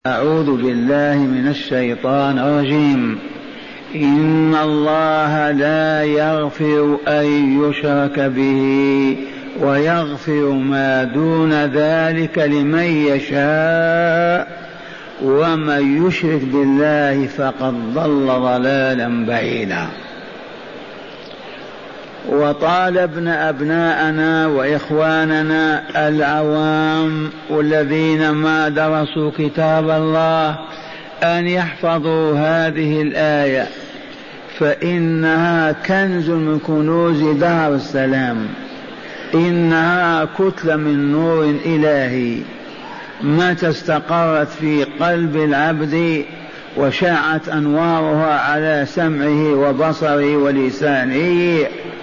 أعوذ بالله من الشيطان الرجيم. إن الله لا يغفر أن يشرك به ويغفر ما دون ذلك لمن يشاء ومن يشرك بالله فقد ضل ضلالا بعيدا. وطالبنا أبناءنا وإخواننا العوام والذين ما درسوا كتاب الله أن يحفظوا هذه الآية، فإنها كنز من كنوز دار السلام، إنها كتلة من نور إلهي متى استقرت في قلب العبد وشاعت أنوارها على سمعه وبصره ولسانه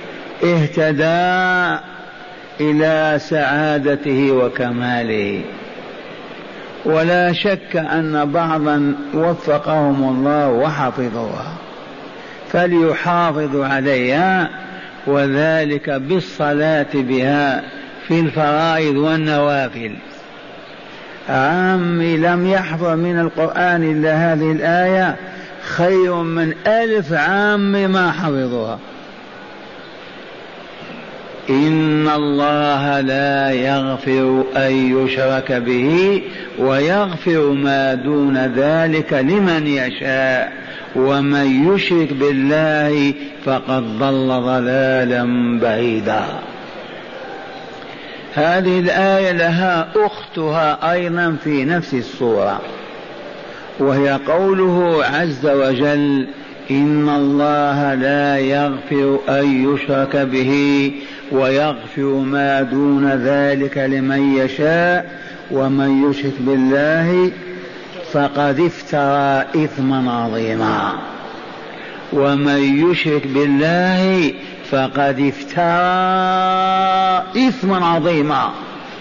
اهتدى إلى سعادته وكماله. ولا شك أن بعضا وفقهم الله وحفظوها فليحافظوا عليها، وذلك بالصلاة بها في الفرائض والنوافل. عامي لم يحفظ من القرآن إلا هذه الآية خير من 1000 عام ما حفظوها. إن الله لا يغفر أن يشرك به ويغفر ما دون ذلك لمن يشاء ومن يشرك بالله فقد ضل ضلالا بعيدا. هذه الآية لها أختها أيضا في نفس السورة، وهي قوله عز وجل: إن الله لا يغفر أن يشرك به ويغفر ما دون ذلك لمن يشاء ومن يشرك بالله فقد افترى إثما عظيما. ومن يشرك بالله فقد افترى إثما عظيما.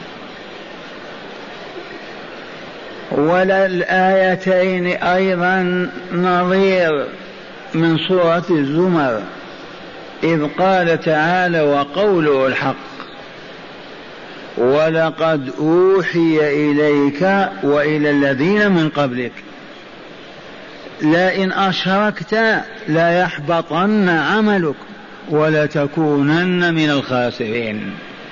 وللآيتين أيضا نظير من سورة الزمر، إذ قال تعالى وقوله الحق: ولقد أوحي إليك وإلى الذين من قبلك لئن أشركت ليحبطن عملك ولتكونن من الخاسرين.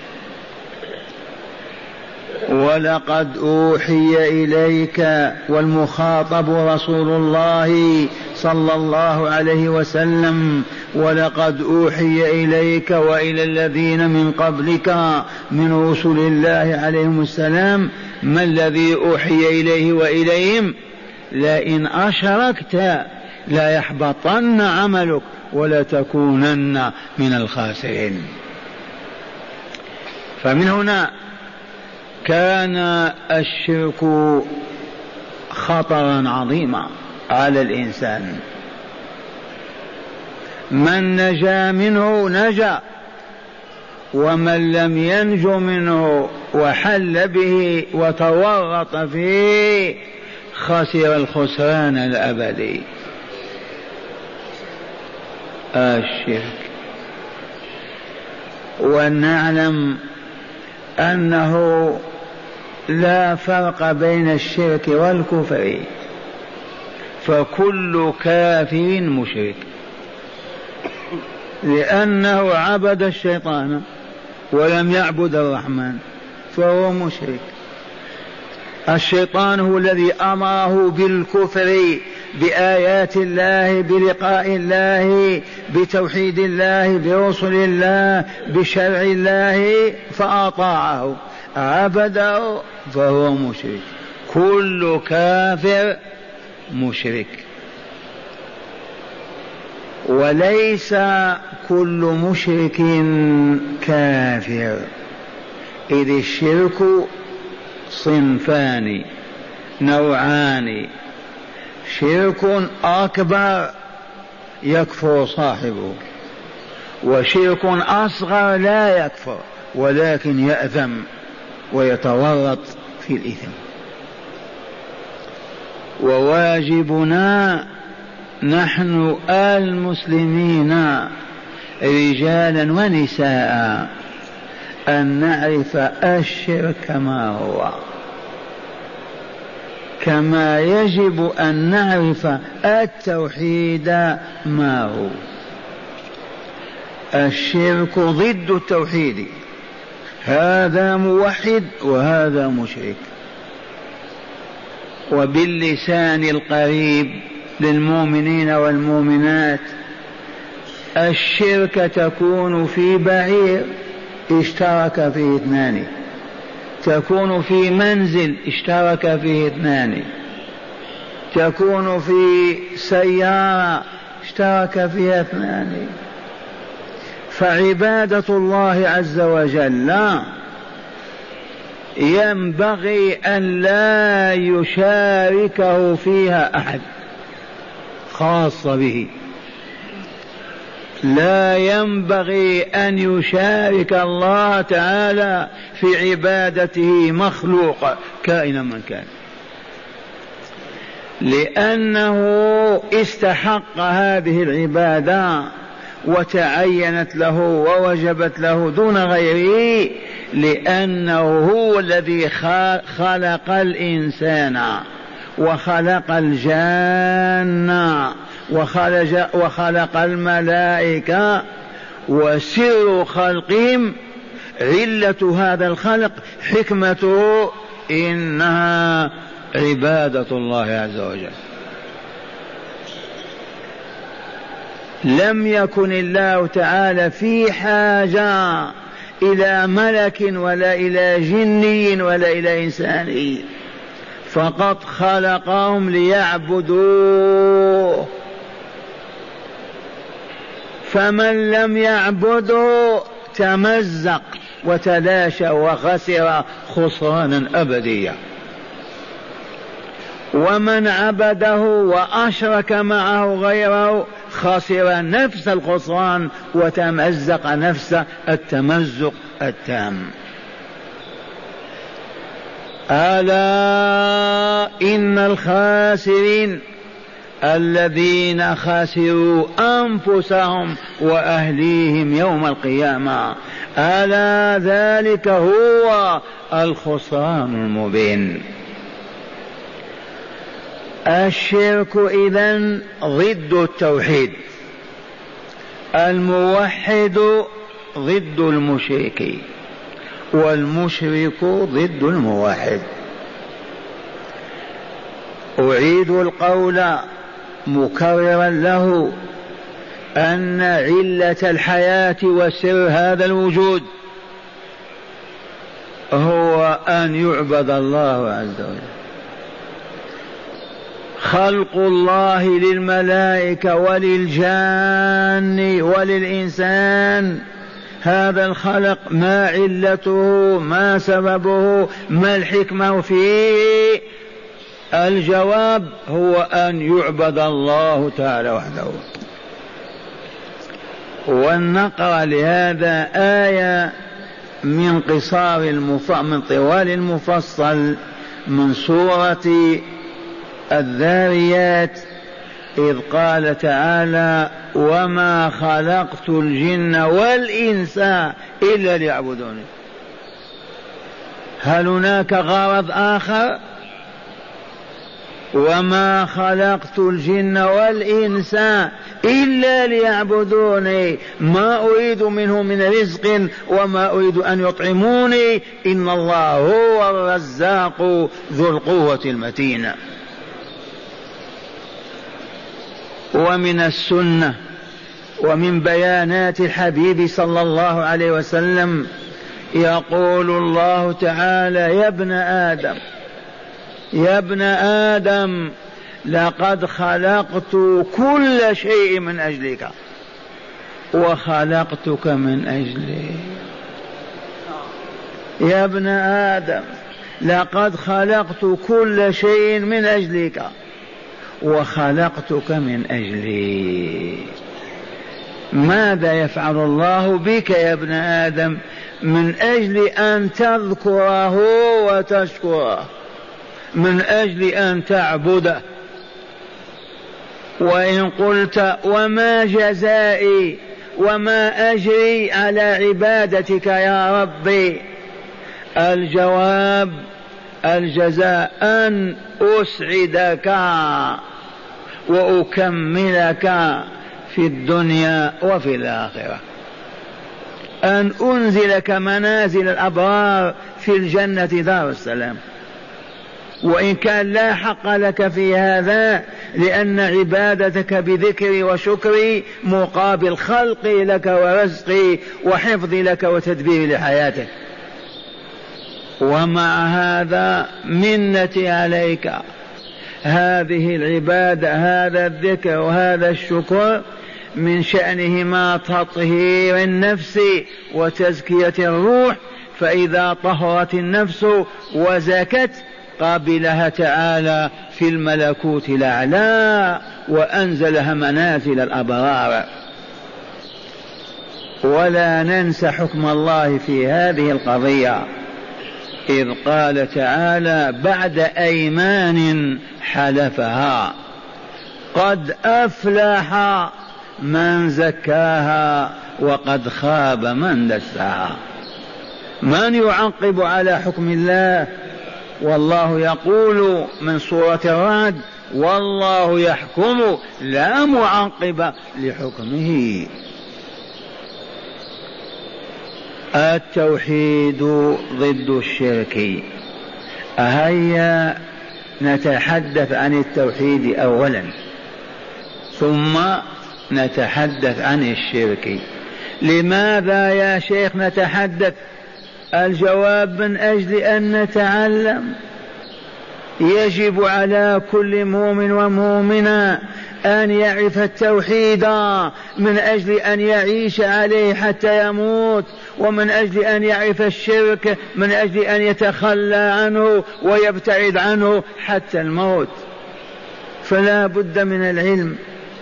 ولقد أوحي إليك، والمخاطب رسول الله صلى الله عليه وسلم: ولقد أوحي إليك وإلى الذين من قبلك من رسل الله عليهم السلام. ما الذي أوحي إليه وإليهم؟ لئن أشركت ليحبطن عملك ولتكونن من الخاسرين. فمن هنا كان الشرك خطرا عظيما على الإنسان. من نجا منه نجا، ومن لم ينج منه وحل به وتورط فيه خسر الخسران الأبدي. الشرك. ونعلم أنه لا فرق بين الشرك والكفر، فكل كافر مشرك، لأنه عبد الشيطان ولم يعبد الرحمن فهو مشرك. الشيطان هو الذي أمره بالكفر بآيات الله، بلقاء الله، بتوحيد الله، برسل الله، بشرع الله، فأطاعه عبده فهو مشرك. كل كافر مشرك، وليس كل مشرك كافر، إذ الشرك صنفان نوعان: شرك أكبر يكفر صاحبه، وشرك أصغر لا يكفر ولكن يأثم ويتورط في الإثم. وواجبنا نحن المسلمين رجالا ونساء أن نعرف الشرك ما هو، كما يجب أن نعرف التوحيد ما هو. الشرك ضد التوحيد، هذا موحد وهذا مشرك. وباللسان القريب للمؤمنين والمؤمنات، الشرك تكون في بعير اشترك فيه اثنان، تكون في منزل اشترك فيه اثنان، تكون في سيارة اشترك فيها اثنان. فعبادة الله عز وجل ينبغي أن لا يشاركه فيها أحد، خاصة به. لا ينبغي أن يشارك الله تعالى في عبادته مخلوق كائنا من كان، لأنه استحق هذه العبادة وتعينت له ووجبت له دون غيره، لأنه هو الذي خلق الإنسان وخلق الجان وخلق الملائكة، وسر خلقهم علة هذا الخلق حكمته إنها عبادة الله عز وجل. لم يكن الله تعالى في حاجة إلى ملك ولا إلى جني ولا إلى إنسان، فقط خلقهم ليعبدوه. فمن لم يعبده تمزق وتلاشى وخسر خسرانا أبديا، ومن عبده وأشرك معه غيره خسر نفس الخسران وتمزق نفس التمزق التام. ألا إن الخاسرين الذين خسروا أنفسهم وأهليهم يوم القيامة، ألا ذلك هو الخسران المبين. الشرك إذن ضد التوحيد، الموحد ضد المشرك، والمشرك ضد الموحد. أعيد القول مكررا له أن علة الحياة وسر هذا الوجود هو أن يعبد الله عز وجل. خلق الله للملائكة وللجان وللإنسان، هذا الخلق ما علته، ما سببه، ما الحكمة فيه؟ الجواب هو أن يعبد الله تعالى وحده. ونقرأ لهذا آية من قصار من طوال المفصل من سورة الذاريات، إذ قال تعالى: وما خلقت الجن والإنس إلا ليعبدوني. هل هناك غرض آخر؟ وما خلقت الجن والإنس إلا ليعبدوني، ما أريد منهم من رزق وما أريد أن يطعموني، إن الله هو الرزاق ذو القوة المتين. ومن السنة ومن بيانات الحبيب صلى الله عليه وسلم يقول الله تعالى: يا ابن آدم لقد خلقت كل شيء من أجلك وخلقتك من أجلي. يا ابن آدم لقد خلقت كل شيء من أجلك وخلقتك من أجلي. ماذا يفعل الله بك يا ابن آدم؟ من أجل أن تذكره وتشكره، من أجل أن تعبده. وإن قلت: وما جزائي وما أجري على عبادتك يا ربي؟ الجواب: الجزاء أن أسعدك وأكملك في الدنيا وفي الآخرة، أن أنزلك منازل الأبرار في الجنة دار السلام. وإن كان لا حق لك في هذا، لأن عبادتك بذكري وشكري مقابل خلقي لك ورزقي وحفظي لك وتدبيري لحياتك. ومع هذا منتي عليك، هذه العبادة، هذا الذكر وهذا الشكر من شأنهما تطهير النفس وتزكية الروح، فإذا طهرت النفس وزكت قابلها تعالى في الملكوت الأعلى وأنزلها منازل الأبرار. ولا ننسى حكم الله في هذه القضية، إذ قال تعالى بعد أيمان حلفها: قد أفلح من زكاها وقد خاب من دساها. من يعقب على حكم الله؟ والله يقول من سورة الرعد: والله يحكم لا معقب لحكمه. التوحيد ضد الشرك. هيا نتحدث عن التوحيد أولا ثم نتحدث عن الشرك. لماذا يا شيخ نتحدث؟ الجواب: من أجل أن نتعلم. يجب على كل مؤمن ومؤمنة أن يعرف التوحيد من أجل أن يعيش عليه حتى يموت، ومن أجل أن يعرف الشرك من أجل أن يتخلى عنه ويبتعد عنه حتى الموت. فلا بد من العلم،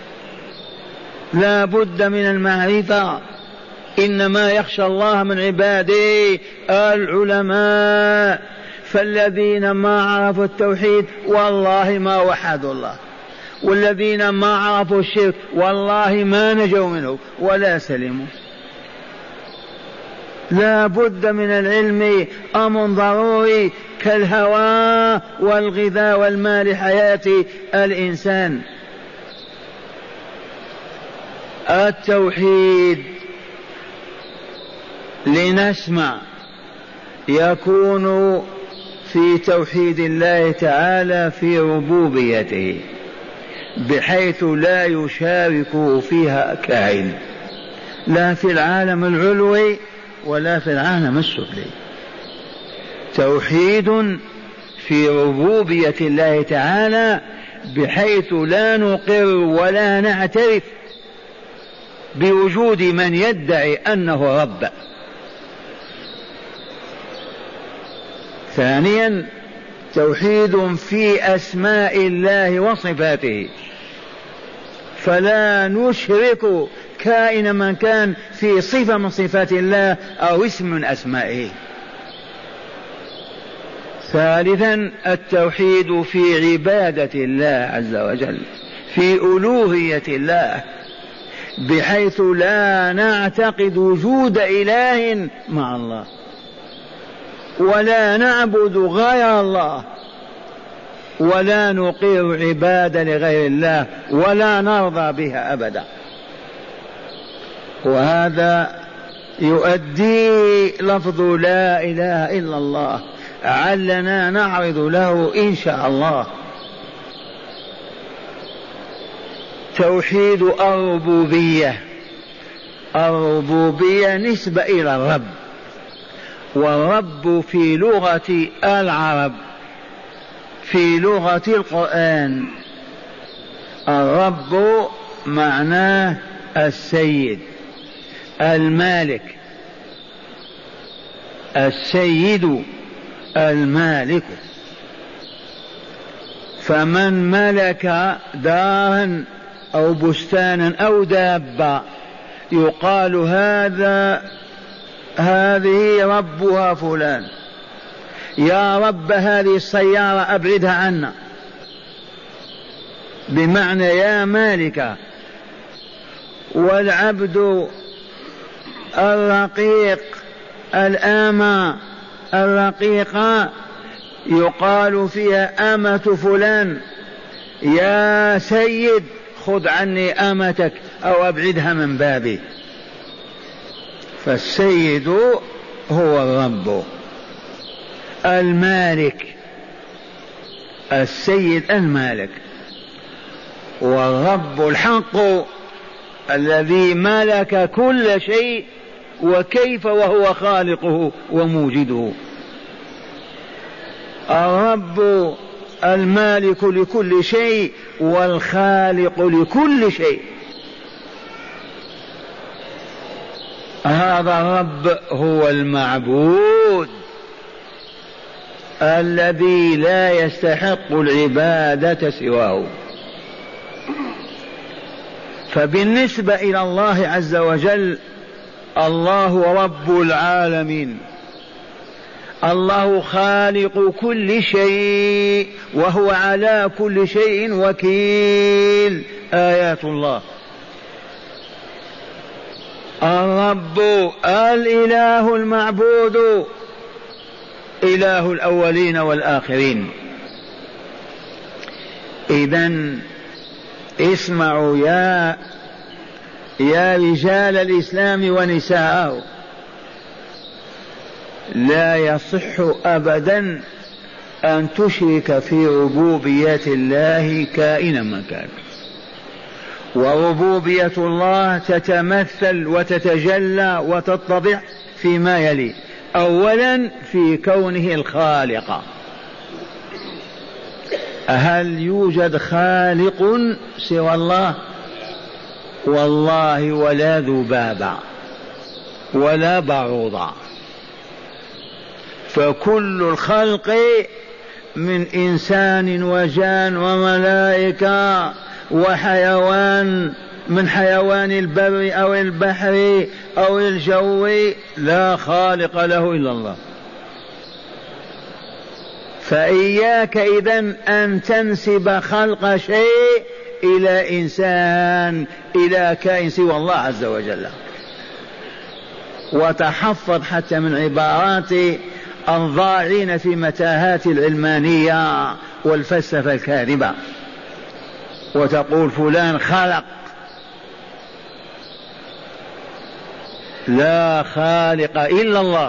لا بد من المعرفة. إنما يخشى الله من عباده العلماء، فالذين ما عرفوا التوحيد والله ما وحدوا الله، والذين ما عرفوا الشرك والله ما نجوا منه ولا سلموا. لا بد من العلم، أمر ضروري كالهواء والغذاء والماء لحياة الإنسان. التوحيد لنسمع يكون في توحيد الله تعالى في ربوبيته، بحيث لا يشارك فيها كائن، لا في العالم العلوي ولا في العالم السفلي. توحيد في ربوبية الله تعالى بحيث لا نقر ولا نعترف بوجود من يدعي أنه رب. ثانيا توحيد في أسماء الله وصفاته، فلا نشرك كائن من كان في صفة من صفات الله أو اسم من أسمائه. ثالثا التوحيد في عبادة الله عز وجل، في ألوهية الله، بحيث لا نعتقد وجود إله مع الله ولا نعبد غير الله ولا نقر عبادة لغير الله ولا نرضى بها أبدا. وهذا يؤدي لفظ لا إله إلا الله، علنا نعرض له إن شاء الله. توحيد الربوبية. الربوبية نسبة إلى الرب، والرب في لغة العرب، في لغة القرآن، الرب معناه السيد، المالك، السيد المالك. فمن ملك دارا أو بستانا أو دابة يقال هذه ربها فلان، يا رب هذه السيارة أبعدها عنا، بمعنى يا مالك. والعبد الرقيق، الآمة الرقيقة يقال فيها أمة فلان: يا سيد خذ عني أمتك أو أبعدها من بابي. فالسيد هو الرب المالك، السيد المالك، والرب الحق الذي ملك كل شيء، وكيف وهو خالقه وموجده. الرب المالك لكل شيء والخالق لكل شيء. هذا الرب هو المعبود الذي لا يستحق العبادة سواه. فبالنسبة إلى الله عز وجل، الله رب العالمين، الله خالق كل شيء، وهو على كل شيء وكيل. آيات الله. الرب الإله المعبود، إله الأولين والآخرين. إذن اسمعوا يا رجال الإسلام ونساءه، لا يصح أبدا أن تشرك في ربوبية الله كائنا من كان. وربوبية الله تتمثل وتتجلى وتتضح فيما يلي: أولا في كونه الخالق. هل يوجد خالق سوى الله؟ والله ولا ذبابة ولا بعوضة. فكل الخلق من إنسان وجان وملائكة وحيوان، من حيوان البر أو البحر أو الجو، لا خالق له إلا الله. فإياك إذن أن تنسب خلق شيء إلى إنسان، إلى كائن سوى الله عز وجل. وتحفظ حتى من عبارات الضاعين في متاهات العلمانية والفلسفة الكاذبة، وتقول فلان خلق. لا خالق إلا الله،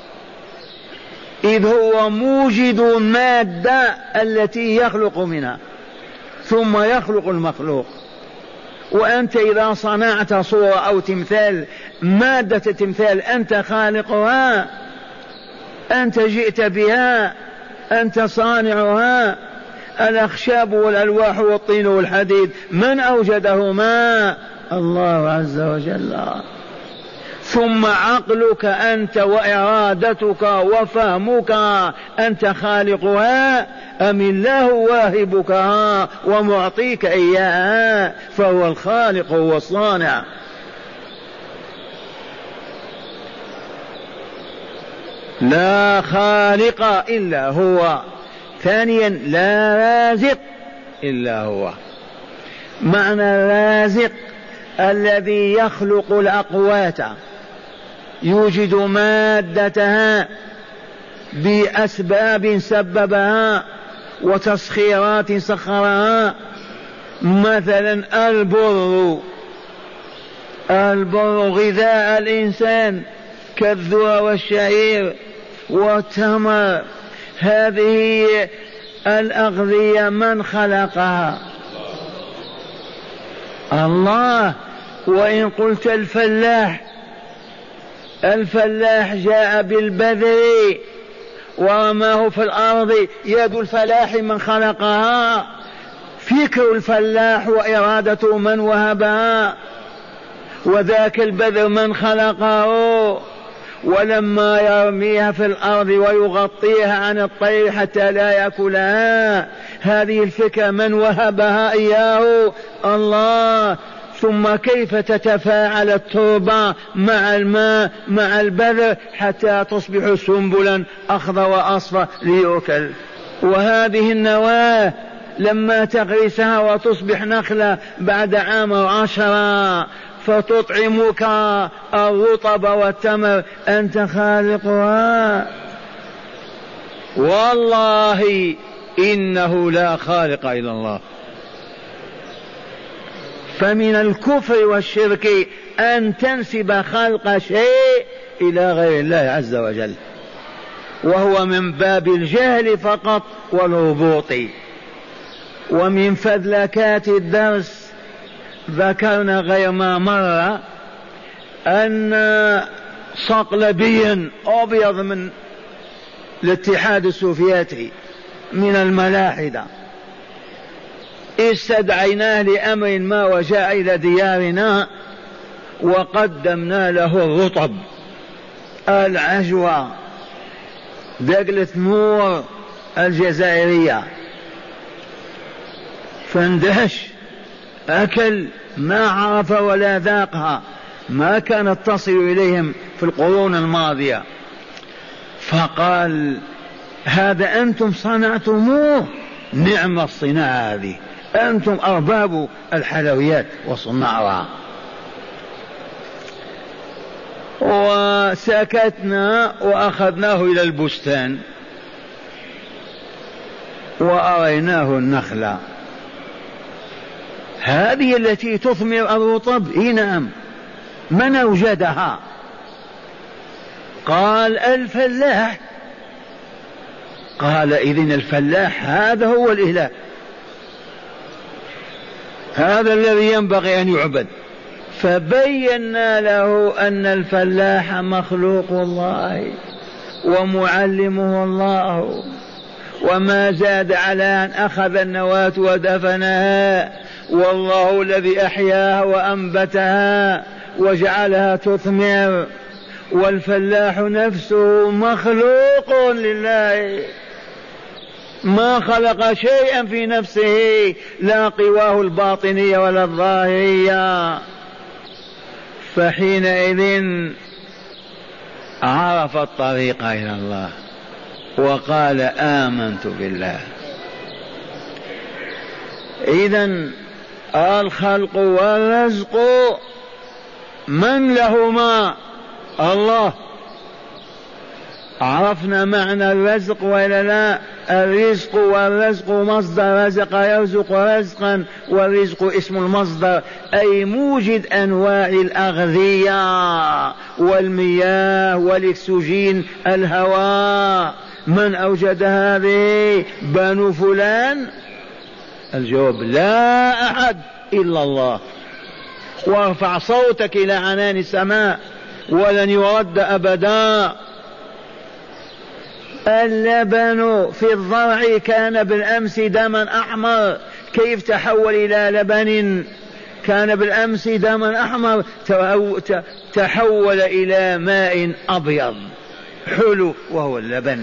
إذ هو موجد المادة التي يخلق منها ثم يخلق المخلوق. وأنت إذا صنعت صورة أو تمثال، مادة التمثال أنت خالقها، أنت جئت بها، أنت صانعها. الأخشاب والألواح والطين والحديد من أوجدهما؟ الله عز وجل. ثم عقلك أنت وإرادتك وفهمك أنت خالقها أم الله واهبك ومعطيك إياها؟ فهو الخالق والصانع. لا خالق إلا هو. ثانيا لا رازق إلا هو. معنى الرازق الذي يخلق الأقوات، يوجد مادتها بأسباب سببها وتسخيرات سخرها. مثلا البر غذاء الإنسان كالذرة والشعير والتمر. هذه الأغذية من خلقها؟ الله. وإن قلت الفلاح جاء بالبذر ورماه في الأرض، يد الفلاح من خلقها؟ فكر الفلاح وإرادته من وهبها؟ وذاك البذر من خلقه؟ ولما يرميها في الأرض ويغطيها عن الطير حتى لا يأكلها، هذه الفكرة من وهبها إياه؟ الله. ثم كيف تتفاعل التربة مع الماء مع البذر حتى تصبح سنبلا أخضر وأصفر ليؤكل؟ وهذه النواة لما تغرسها وتصبح نخلة بعد عام أو 10 فتطعمك الرطب والتمر، أنت خالقها. والله إنه لا خالق إلا الله. فمن الكفر والشرك أن تنسب خلق شيء إلى غير الله عز وجل، وهو من باب الجهل فقط والهبوط. ومن فذلكات الدرس ذكرنا غير ما مر أن صقلبيا أبيض من الاتحاد السوفيتي من الملاحدة استدعيناه لأمر ما وجاء إلى ديارنا وقدمنا له الرطب العجوة دقلة نور الجزائرية، فاندهش أكل ما عرف ولا ذاقها، ما كانت تصل إليهم في القرون الماضية. فقال هذا أنتم صنعتموه، نعم الصناعة هذه، أنتم أرباب الحلويات وصناعها. وسكتنا وأخذناه إلى البستان وأريناه النخلة هذه التي تثمر الرطب. نعم، من أوجدها؟ قال الفلاح. قال إذن الفلاح هذا هو الإله، هذا الذي ينبغي أن يعبد. فبينا له أن الفلاح مخلوق الله ومعلمه الله، وما زاد على أن أخذ النواة ودفنها، والله الذي أحياها وأنبتها وجعلها تثمر. والفلاح نفسه مخلوق لله، ما خلق شيئا في نفسه، لا قواه الباطنية ولا الظاهرية. فحينئذ عرف الطريق إلى الله وقال آمنت بالله. إذن الخلق والرزق من لهما؟ الله. عرفنا معنى الرزق ولا لا؟ الرزق والرزق مصدر رزق يرزق رزقا، والرزق اسم المصدر، أي موجد أنواع الأغذية والمياه والأكسجين الهواء. من أوجد هذه؟ بنو فلان؟ الجواب لا أحد إلا الله. وارفع صوتك إلى عنان السماء ولن يرد أبدا. اللبن في الضرع كان بالأمس دما أحمر، كيف تحول إلى لبن؟ كان بالأمس دما أحمر تحول إلى ماء أبيض حلو وهو اللبن.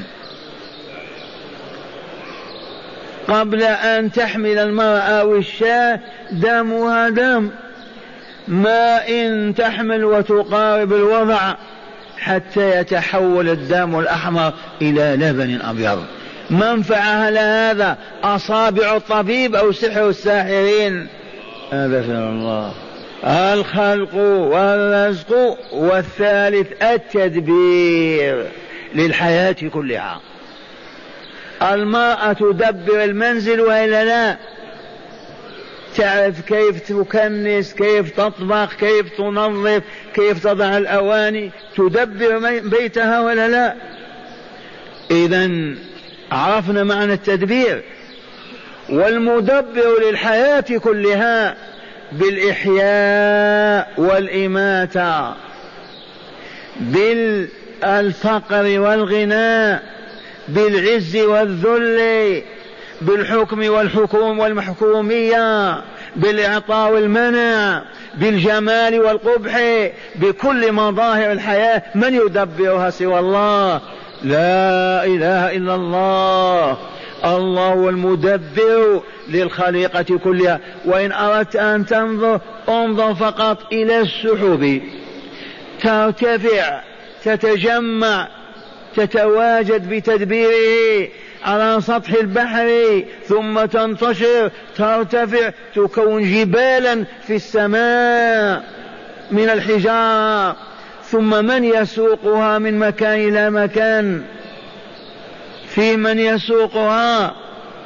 قبل أن تحمل المرأة أو الشاة دمها دم، ما إن تحمل وتقارب الوضع حتى يتحول الدم الأحمر إلى لبن أبيض. من فعل هذا؟ أصابع الطبيب أو سحر الساحرين؟ هذا الله. الخلق والرزق. والثالث التدبير للحياة كلها. المرأة تدبر المنزل وإلا لا؟ تعرف كيف تكنس، كيف تطبخ، كيف تنظف، كيف تضع الأواني، تدبر بيتها ولا لا؟ إذن عرفنا معنى التدبير. والمدبر للحياة كلها بالإحياء والإماتة، بالفقر والغنى، بالعز والذل، بالحكم والحكوم والمحكومية، بالإعطاء والمنع، بالجمال والقبح، بكل مظاهر الحياة. من يدبرها سوى الله؟ لا إله إلا الله. الله هو المدبر للخليقة كلها. وإن أردت أن تنظر انظر فقط إلى السحب، ترتفع، تتجمع، تتواجد بتدبيره على سطح البحر، ثم تنتشر، ترتفع، تكون جبالا في السماء من الحجارة، ثم من يسوقها من مكان إلى مكان؟ في من يسوقها،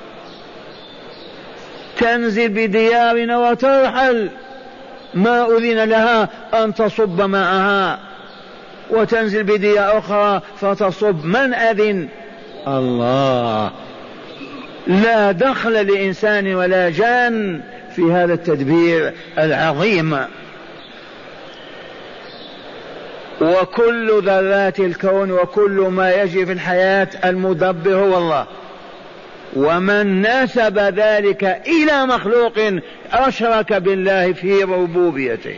تنزل بديارنا وترحل، ما أذن لها أن تصب معها، وتنزل بديار أخرى فتصب، من أذن؟ الله. لا دخل لإنسان ولا جان في هذا التدبير العظيم. وكل ذرات الكون وكل ما يجري في الحياة المدبر هو الله. ومن نسب ذلك إلى مخلوق أشرك بالله في ربوبيته.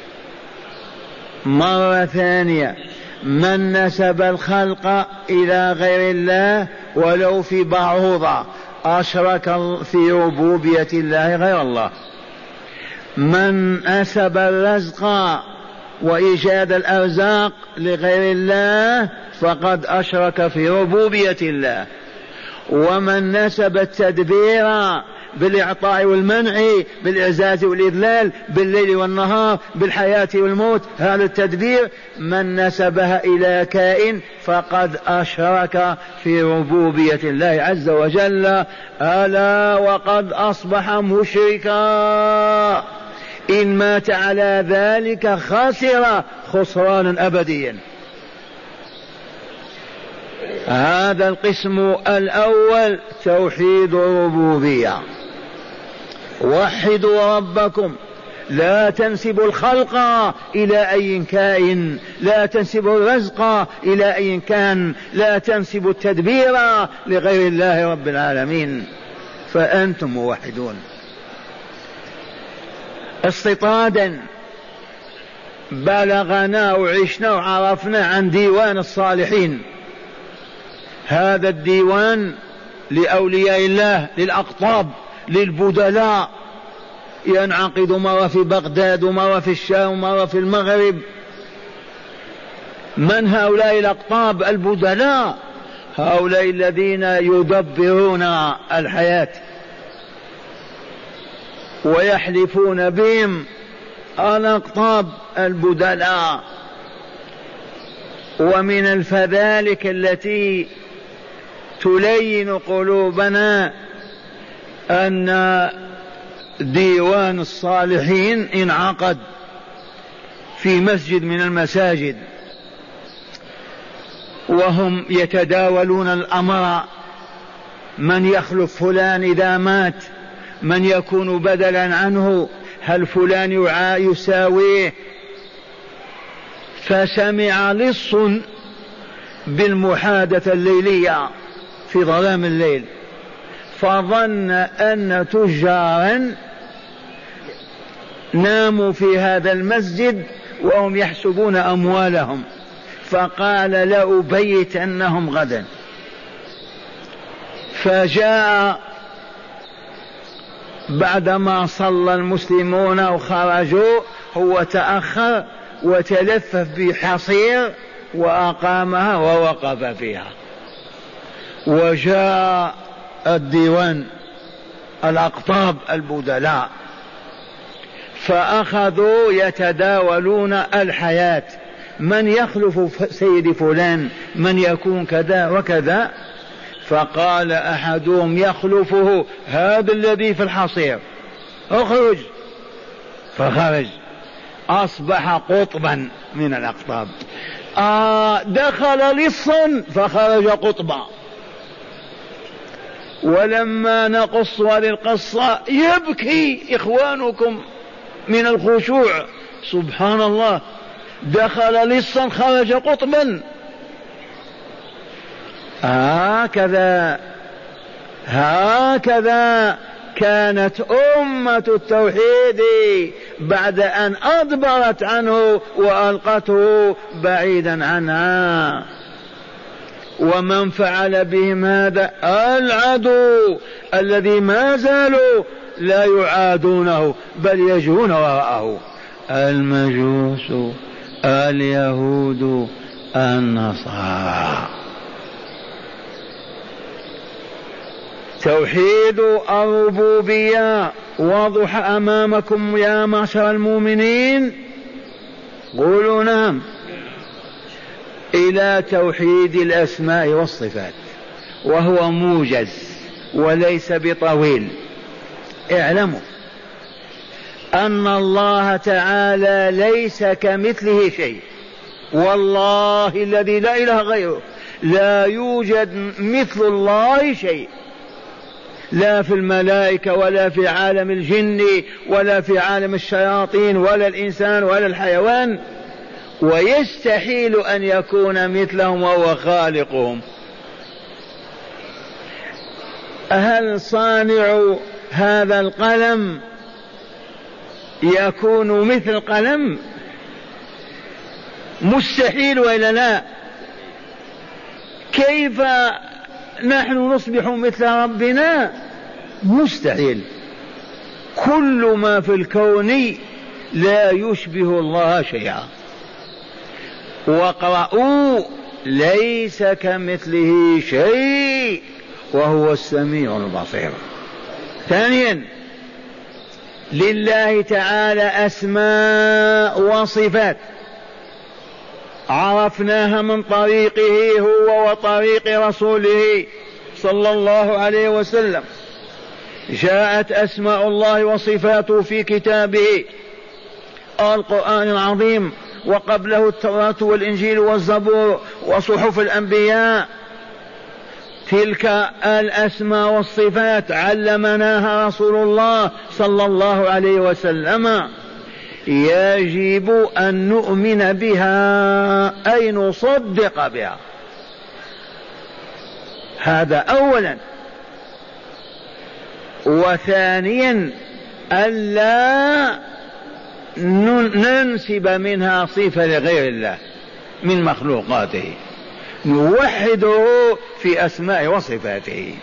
مرة ثانية، من نسب الخلق إلى غير الله ولو في بعوضة أشرك في ربوبية الله غير الله. من نسب الرزق وإيجاد الأرزاق لغير الله فقد أشرك في ربوبية الله. ومن نسب التدبير بالإعطاء والمنع، بالإعزاز والإذلال، بالليل والنهار، بالحياة والموت، هذا التدبير من نسبها إلى كائن فقد أشرك في ربوبية الله عز وجل. ألا وقد أصبح مشركا، إن مات على ذلك خسر خسرانا أبديا. هذا القسم الأول توحيد الربوبية. وحدوا ربكم، لا تنسبوا الخلق إلى أي كائن، لا تنسبوا الرزق إلى أي كان، لا تنسبوا التدبير لغير الله رب العالمين، فأنتم موحدون. استطرادا بلغنا وعشنا وعرفنا عن ديوان الصالحين. هذا الديوان لأولياء الله، للأقطاب، للبدلاء، ينعقد مرة في بغداد ومرة في الشام ومرة في المغرب. من هؤلاء الأقطاب البدلاء؟ هؤلاء الذين يدبرون الحياة ويحلفون بهم، الأقطاب البدلاء. ومن الفذلك التي تلين قلوبنا أن ديوان الصالحين انعقد في مسجد من المساجد، وهم يتداولون الأمر، من يخلف فلان إذا مات، من يكون بدلا عنه، هل فلان يساويه. فسمع لص بالمحادثة الليلية في ظلام الليل، فظن أن تجارا ناموا في هذا المسجد وهم يحسبون أموالهم، فقال لأبيتنهم غدا. فجاء بعدما صلى المسلمون وخرجوا، هو تأخر وتلفف بحصير وأقامها ووقف فيها. وجاء الديوان الأقطاب البدلاء فأخذوا يتداولون الحياة، من يخلف سيد فلان، من يكون كذا وكذا. فقال أحدهم يخلفه هذا الذي في الحصير، اخرج. فخرج، أصبح قطبا من الأقطاب. دخل لصا فخرج قطبا. ولما نقص هذه القصة يبكي إخوانكم من الخشوع، سبحان الله، دخل لصا خرج قطبا. هكذا كانت أمة التوحيد بعد أن أدبرت عنه وألقته بعيدا عنها. ومن فعل بهم هذا العدو الذي ما زالوا لا يعادونه بل يجرون وراءه، المجوس، اليهود، النصارى. توحيد الربوبية واضح أمامكم يا معشر المؤمنين؟ قولوا نعم. إلى توحيد الأسماء والصفات. وهو موجز وليس بطويل. اعلموا أن الله تعالى ليس كمثله شيء، والله الذي لا إله غيره لا يوجد مثل الله شيء، لا في الملائكة ولا في عالم الجن ولا في عالم الشياطين ولا الإنسان ولا الحيوان، ويستحيل أن يكون مثلهم وهو خالقهم. هل صانع هذا القلم يكون مثل قلم؟ مستحيل وإلا لا؟ كيف نحن نصبح مثل ربنا؟ مستحيل. كل ما في الكون لا يشبه الله شيئا. واقرأوا ليس كمثله شيء وهو السميع البصير. ثانيا لله تعالى أسماء وصفات عرفناها من طريقه هو وطريق رسوله صلى الله عليه وسلم. جاءت أسماء الله وصفاته في كتابه القرآن العظيم، وقبله التوراة والإنجيل والزبور وصحف الأنبياء. تلك الأسماء والصفات علمناها رسول الله صلى الله عليه وسلم، يجب أن نؤمن بها أي نصدق بها. هذا أولا. وثانيا ألا ننسب منها صفة لغير الله من مخلوقاته، نوحده في أسماء وصفاته.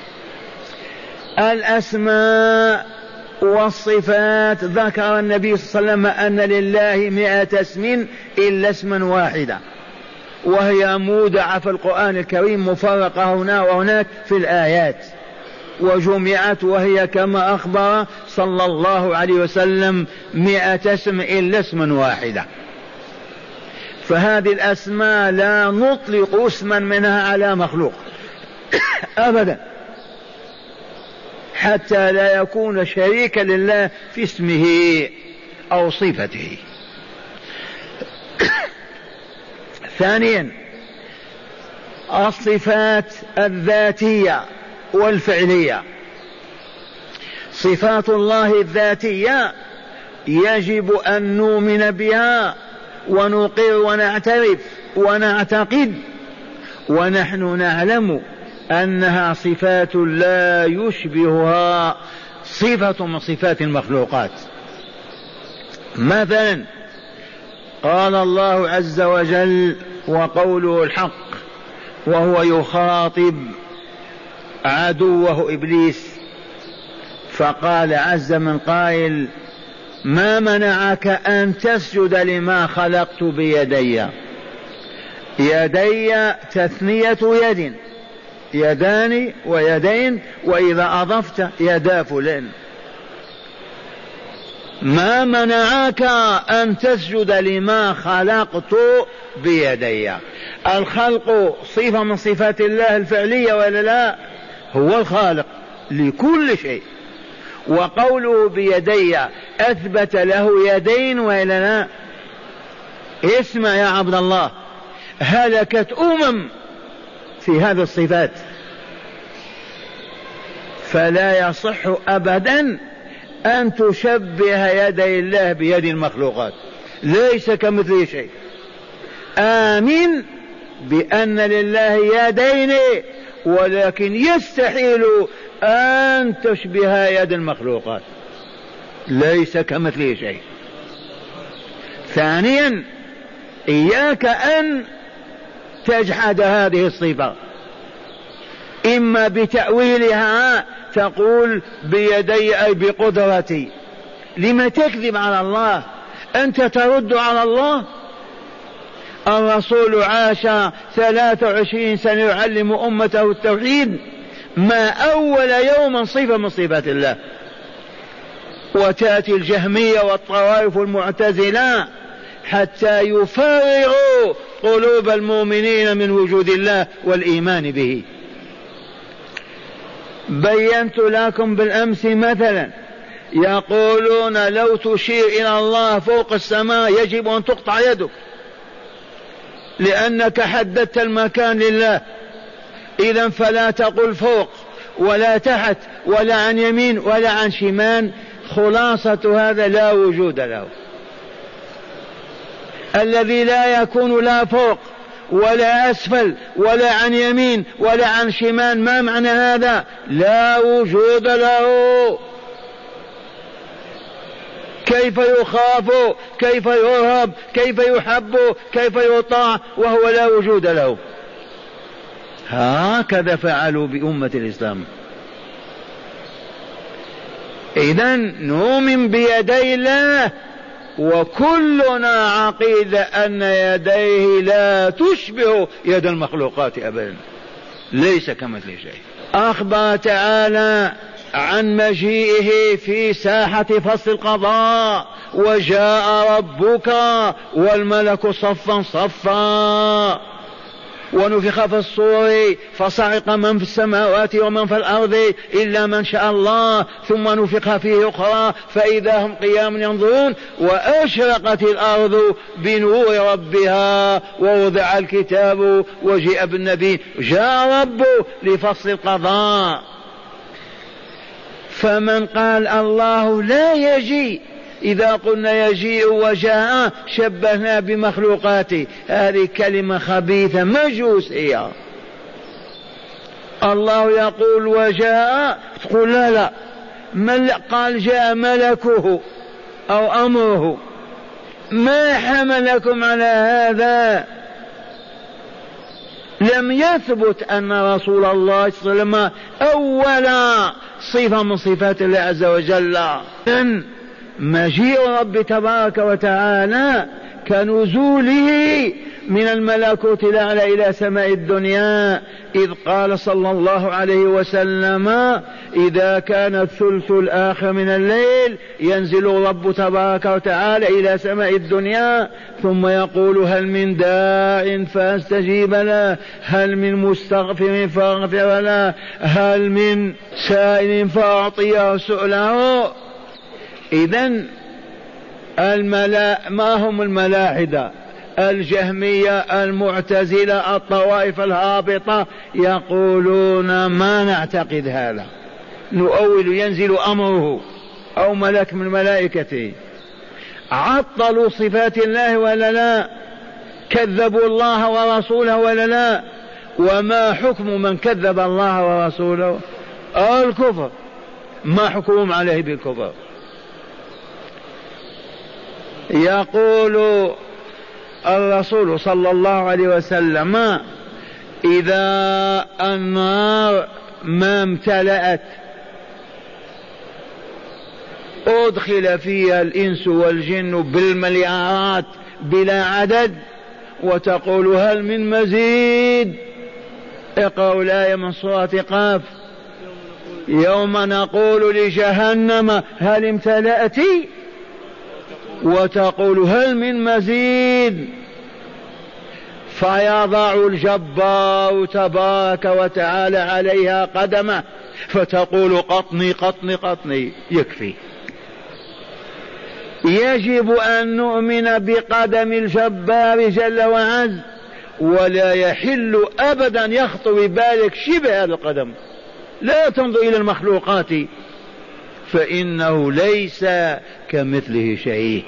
الأسماء والصفات ذكر النبي صلى الله عليه وسلم أن لله 100 اسم إلا اسما واحدا، وهي مودعة في القرآن الكريم مفرقة هنا وهناك في الآيات، وجمعت وهي كما أخبر صلى الله عليه وسلم 100 اسم إلا اسما واحدا. فهذه الأسماء لا نطلق اسما منها على مخلوق أبدا، حتى لا يكون شريكا لله في اسمه أو صفته. ثانيا الصفات الذاتية والفعلية. صفات الله الذاتية يجب أن نؤمن بها ونقر ونعترف ونعتقد، ونحن نعلم أنها صفات لا يشبهها صفة من صفات المخلوقات. مثلا قال الله عز وجل وقوله الحق وهو يخاطب عدوه إبليس، فقال عز من قائل ما منعك أن تسجد لما خلقت بيدي. يدي تثنية يد، يدان ويدين، وإذا أضفت يدا فلان. ما منعك أن تسجد لما خلقت بيدي. الخلق صفة من صفات الله الفعلية ولا لا؟ هو الخالق لكل شيء. وقوله بيدي أثبت له يدين ولا لا؟ اسمع يا عبد الله، هلكت في هذه الصفات، فلا يصح أبدا أن تشبه يدي الله بيد المخلوقات، ليس كمثله شيء. آمن بأن لله يدين، ولكن يستحيل أن تشبه يد المخلوقات، ليس كمثله شيء. ثانيا إياك أن تجحد هذه الصفة، إما بتأويلها تقول بيدي أي بقدرتي. لما تكذب على الله؟ أنت ترد على الله. الرسول عاش 23 سنة يعلم أمته التوحيد، ما أول يوم صفة من صفات الله. وتأتي الجهمية والطوائف المعتزلة حتى يفرغوا قلوب المؤمنين من وجود الله والإيمان به. بينت لكم بالأمس مثلا يقولون لو تشير إلى الله فوق السماء يجب أن تقطع يدك، لأنك حددت المكان لله. إذا فلا تقل فوق ولا تحت ولا عن يمين ولا عن شمال. خلاصة هذا لا وجود له. الذي لا يكون لا فوق ولا أسفل ولا عن يمين ولا عن شمال، ما معنى هذا؟ لا وجود له. كيف يخاف؟ كيف يرهب؟ كيف يحب؟ كيف يطاع وهو لا وجود له؟ هكذا فعلوا بأمة الإسلام. إذن نؤمن بيدي الله، وكلنا عقيدة أن يديه لا تشبه يد المخلوقات أبدا، ليس كمثل شيء. أخبر تعالى عن مجيئه في ساحة فصل القضاء: وجاء ربك والملك صفا صفا ونفخ في الصور فصعق من في السماوات ومن في الأرض إلا من شاء الله ثم نفخ فيه أخرى فإذا هم قيام ينظرون وأشرقت الأرض بنور ربها ووضع الكتاب وجيء بالنبي. جاء ربه لفصل القضاء. فمن قال الله لا يجيء، إذا قلنا يجيء وجاء شبهنا بمخلوقاته، هذه كلمة خبيثة مجوسية. الله يقول وجاء تقول لا لا، قال جاء ملكه أو أمره. ما حملكم على هذا؟ لم يثبت أن رسول الله صلى الله عليه وسلم أول صفة من صفات الله عز وجل. مجيء رب تبارك وتعالى كنزوله من الملكوت الأعلى إلى سماء الدنيا، إذ قال صلى الله عليه وسلم: إذا كان الثلث الآخر من الليل ينزل رب تبارك وتعالى إلى سماء الدنيا ثم يقول: هل من داع فاستجيب له، هل من مستغفر فاغفر له، هل من سائل فأعطيه سؤله. إذن ما هم الملاحدة؟ الجهمية، المعتزلة، الطوائف الهابطة يقولون ما نعتقد هذا، نؤول ينزل أمره أو ملك من ملائكته. عطلوا صفات الله ولا لا؟ كذبوا الله ورسوله ولا لا؟ وما حكم من كذب الله ورسوله؟ الكفر. ما حكمهم عليه بالكفر؟ يقول الرسول صلى الله عليه وسلم: إذا النار ما امتلأت أدخل فيها الإنس والجن بالمليارات بلا عدد وتقول: هل من مزيد؟ اقرأوا الآية من سورة قاف: يوم نقول لجهنم هل امتلأت وتقول هل من مزيد؟ فيضع الجبار تبارك وتعالى عليها قدمه فتقول: قطني قطني قطني، يكفي. يجب أن نؤمن بقدم الجبار جل وعز، ولا يحل أبدا يخطر ببالك شبه هذا القدم. لا تنظر إلى المخلوقات فإنه ليس كمثله شيء.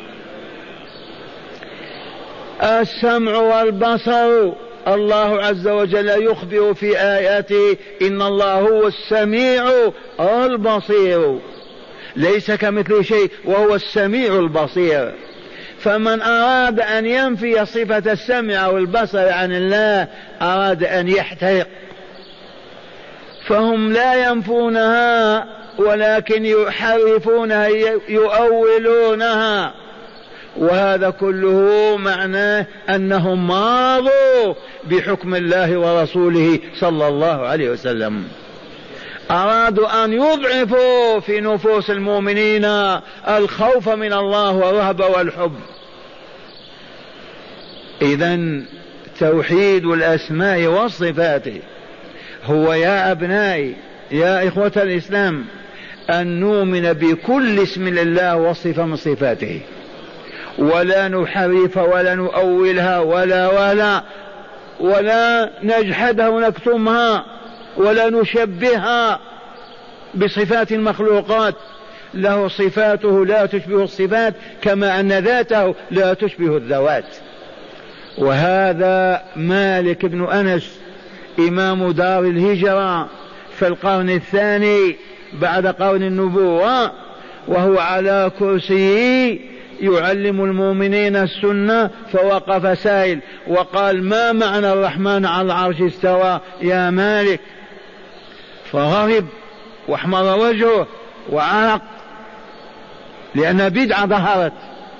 السمع والبصر، الله عز وجل يخبر في آياته: إن الله هو السميع البصير، ليس كمثله شيء وهو السميع البصير. فمن أراد أن ينفي صفة السمع والبصر عن الله أراد أن يحترق. فهم لا ينفونها ولكن يحرفونها يؤولونها، وهذا كله معناه أنهم ماضوا بحكم الله ورسوله صلى الله عليه وسلم. أرادوا أن يضعفوا في نفوس المؤمنين الخوف من الله والرهبة والحب. إذن توحيد الأسماء والصفات هو يا أبنائي يا إخوة الإسلام أن نؤمن بكل اسم لله وصفة من صفاته، ولا نحرف ولا نؤولها ولا نجحدها ونكتمها ولا نشبهها بصفات المخلوقات. له صفاته لا تشبه الصفات، كما أن ذاته لا تشبه الذوات. وهذا مالك بن أنس إمام دار الهجرة في القرن الثاني بعد قرن النبوة، وهو على كرسيه يعلم المؤمنين السنة، فوقف سائل وقال: ما معنى الرحمن على العرش استوى يا مالك؟ فغضب واحمر وجهه وعرق، لأن بدعة ظهرت.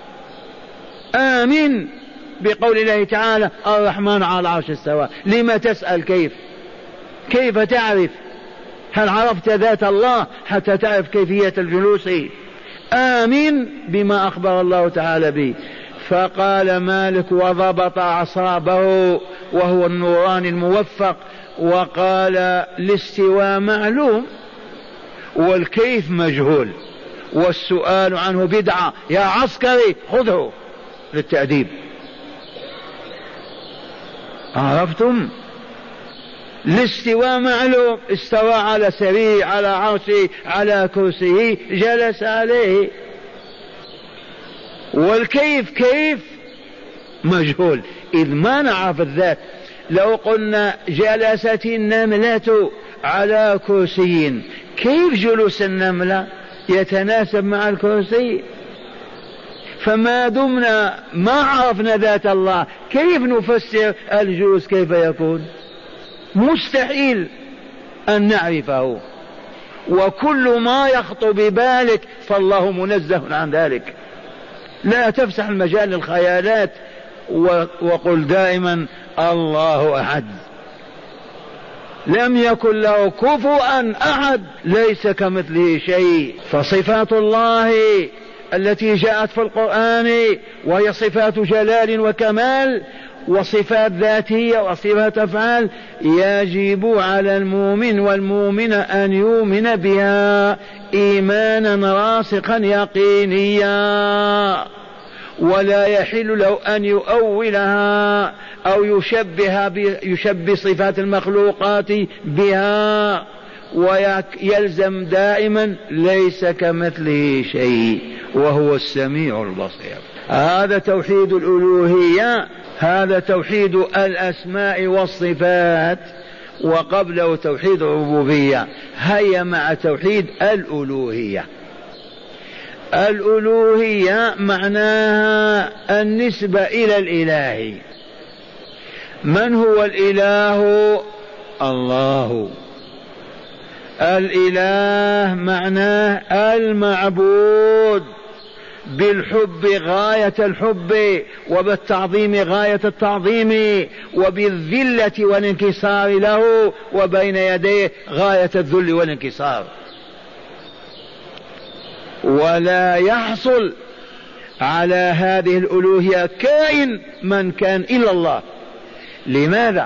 آمن بقول الله تعالى: الرحمن على العرش استوى. لما تسأل كيف تعرف؟ هل عرفت ذات الله حتى تعرف كيفية الجلوس؟ آمن بما أخبر الله تعالى به. فقال مالك وضبط أعصابه وهو النوراني الموفق وقال: الاستواء معلوم والكيف مجهول، والسؤال عنه بدعة. يا عسكري خذه للتأديب. عرفتم؟ الاستواء معلوم، استوى على سرير، على عرشه، على كرسيه، جلس عليه. والكيف كيف مجهول، إذ ما نعرف الذات. لو قلنا جلست النملة على كرسي، كيف جلوس النملة يتناسب مع الكرسي؟ فما دمنا ما عرفنا ذات الله كيف نفسر الجلوس كيف يكون؟ مستحيل أن نعرفه. وكل ما يخطر ببالك فالله منزه عن ذلك. لا تفسح المجال للخيالات، وقل دائما: الله أحد، لم يكن له كفوا أحد، ليس كمثله شيء. فصفات الله التي جاءت في القرآن وهي صفات جلال وكمال، وصفات ذاتية وصفات أفعال، يجب على المؤمن والمؤمن أن يؤمن بها إيمانا راسخا يقينيا، ولا يحل له أن يؤولها أو يشبه صفات المخلوقات بها. ويلزم دائما: ليس كمثله شيء وهو السميع البصير. هذا توحيد الألوهية، هذا توحيد الأسماء والصفات، وقبله توحيد الربوبية. هيا مع توحيد الألوهية. الألوهية معناها النسبة إلى الإله. من هو الإله؟ الله. الإله معناه المعبود، بالحب غاية الحب، وبالتعظيم غاية التعظيم، وبالذلة والانكسار له، وبين يديه غاية الذل والانكسار. ولا يحصل على هذه الألوهية كائن من كان إلا الله. لماذا؟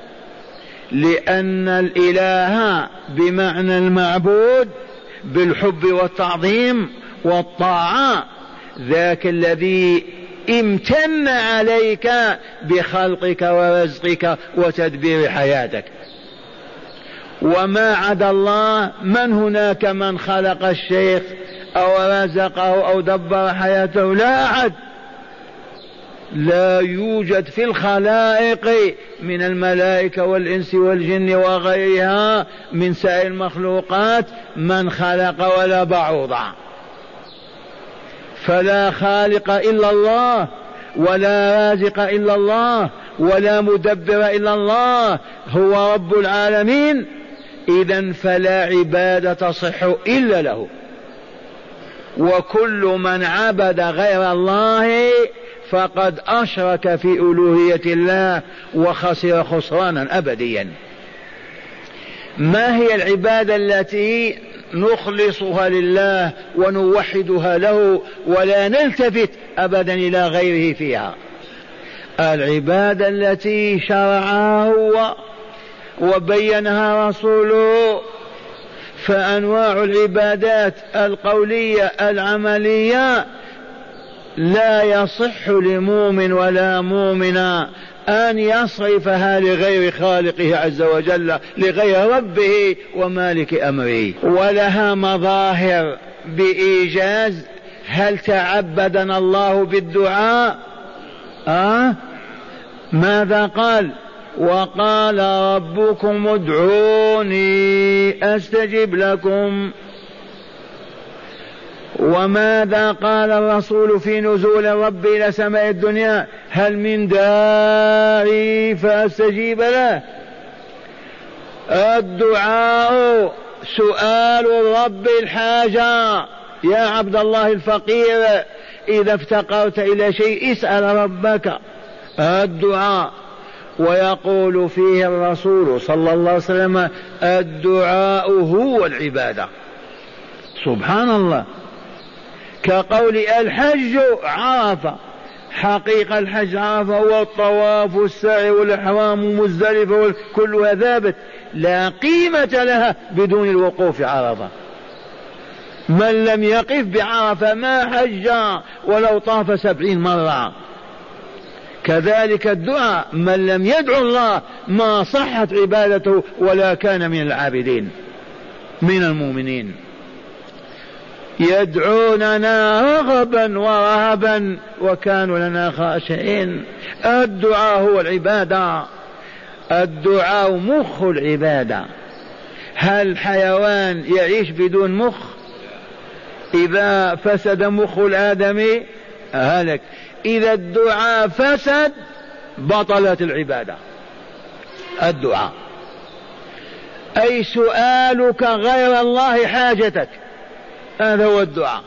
لأن الإله بمعنى المعبود بالحب والتعظيم والطاعة، ذاك الذي امتن عليك بخلقك ورزقك وتدبير حياتك. وما عدا الله من هناك من خلق الشيخ أو رزقه أو دبر حياته؟ لا أحد. لا يوجد في الخلائق من الملائكة والإنس والجن وغيرها من سائر المخلوقات من خلق ولا بعوضة. فلا خالق إلا الله، ولا رازق إلا الله، ولا مدبر إلا الله، هو رب العالمين. إذن فلا عبادة تصح إلا له. وكل من عبد غير الله فقد أشرك في ألوهية الله وخسر خسرانا أبديا. ما هي العبادة التي نخلصها لله ونوحدها له ولا نلتفت أبدا إلى غيره فيها؟ العبادة التي شرعها هو وبينها رسوله فأنواع العبادات القولية العملية لا يصح لمؤمن ولا مؤمنة أن يصرفها لغير خالقه عز وجل، لغير ربه ومالك أمره. ولها مظاهر بإيجاز. هل تعبدنا الله بالدعاء؟ ماذا قال؟ وقال ربكم ادعوني أستجب لكم. وماذا قال الرسول في نزول الرب إلى سماء الدنيا؟ هل من داعي فأستجيب له؟ الدعاء سؤال الرب الحاجة. يا عبد الله الفقير، إذا افتقرت إلى شيء اسأل ربك. الدعاء. ويقول فيه الرسول صلى الله عليه وسلم الدعاء هو العبادة. سبحان الله. كقول الحج عرفة، حقيقة الحج عرفة هو الطواف والسعي والإحرام مزدلفة كلها ثابت، لا قيمة لها بدون الوقوف عرفة. من لم يقف بعرفة ما حج ولو طاف 70 مرة. كذلك الدعاء، من لم يدعو الله ما صحت عبادته ولا كان من العابدين من المؤمنين. يدعوننا رغبا ورهبا وكانوا لنا خاشعين. الدعاء هو العبادة. الدعاء مخ العبادة. هل حيوان يعيش بدون مخ؟ إذا فسد مخ الآدمي هلك. إذا الدعاء فسد بطلت العبادة. الدعاء أي سؤالك غير الله حاجتك، هذا هو الدعاء.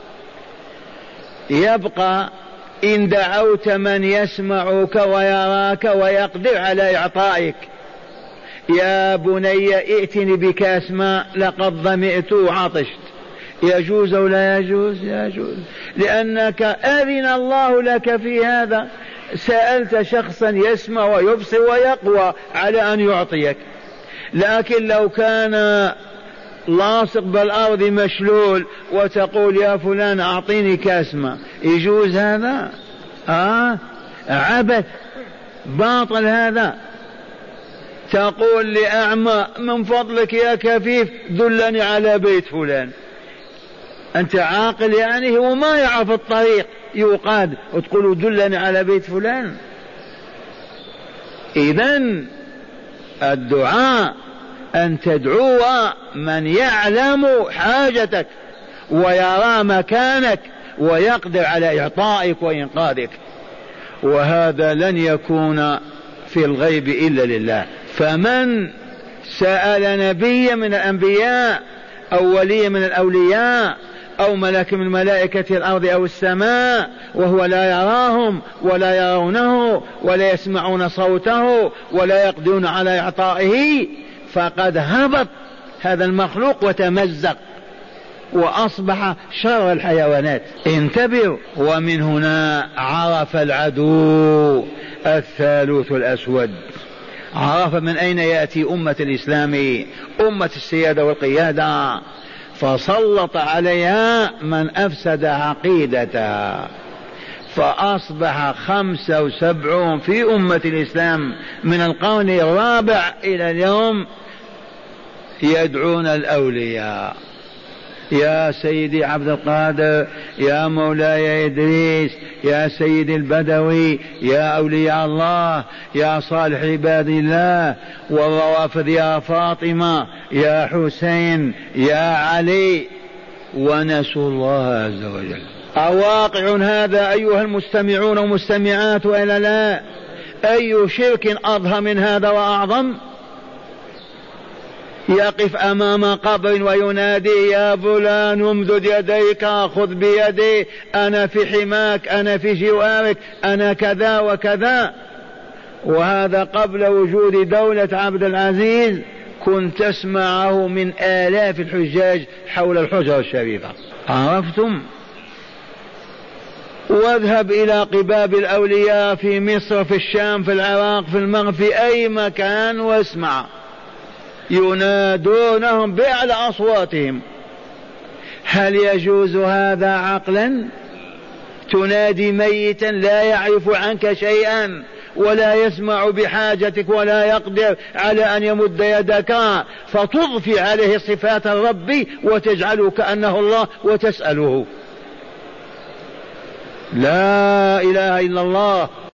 يبقى إن دعوت من يسمعك ويراك ويقدر على إعطائك. يا بني ائتني بكاس ماء لقد ظمئت وعطشت، يجوز أو لا يجوز؟ يجوز، لأنك أذن الله لك في هذا. سألت شخصا يسمع ويبصر ويقوى على أن يعطيك. لكن لو كان لاصق بالأرض مشلول وتقول يا فلان أعطيني كاس ماء، يجوز هذا؟ عبث باطل هذا. تقول لأعمى من فضلك يا كفيف دلني على بيت فلان. أنت عاقل يعني؟ هو ما يعرف الطريق يقاد وتقول دلني على بيت فلان. إذن الدعاء أن تدعو من يعلم حاجتك ويرى مكانك ويقدر على إعطائك وإنقاذك، وهذا لن يكون في الغيب إلا لله. فمن سأل نبي من الأنبياء أو ولي من الأولياء أو ملك من ملائكة الأرض أو السماء وهو لا يراهم ولا يرونه ولا يسمعون صوته ولا يقدرون على إعطائه، فقد هبط هذا المخلوق وتمزق وأصبح شر الحيوانات. انتبهوا. ومن هنا عرف العدو الثالوث الأسود. عرف من أين يأتي أمة الإسلام، أمة السيادة والقيادة، فسلط عليها من أفسد عقيدتها، فأصبح 75 في أمة الإسلام من القرن الرابع إلى اليوم يدعون الأولياء. يا سيدي عبد القادر، يا مولاي إدريس، يا سيدي البدوي، يا أولياء الله، يا صالح عباد الله، والروافض يا فاطمة، يا حسين، يا علي، ونسوا الله عز وجل. أواقع هذا أيها المستمعون ومستمعات وإلا لا؟ أي شرك أضخم من هذا وأعظم؟ يقف أمام قبر وينادي يا فلان امدد يديك خذ بيدي أنا في حماك أنا في جوارك أنا كذا وكذا. وهذا قبل وجود دولة عبد العزيز كنت تسمعه من آلاف الحجاج حول الحجرة الشريفة. عرفتم؟ واذهب إلى قباب الأولياء في مصر في الشام في العراق في المغرب في أي مكان واسمع ينادونهم بأعلى أصواتهم. هل يجوز هذا عقلا؟ تنادي ميتا لا يعرف عنك شيئا ولا يسمع بحاجتك ولا يقدر على أن يمد يدك، فتضفي عليه صفات الرب وتجعله كأنه الله وتسأله. لا إله إلا الله.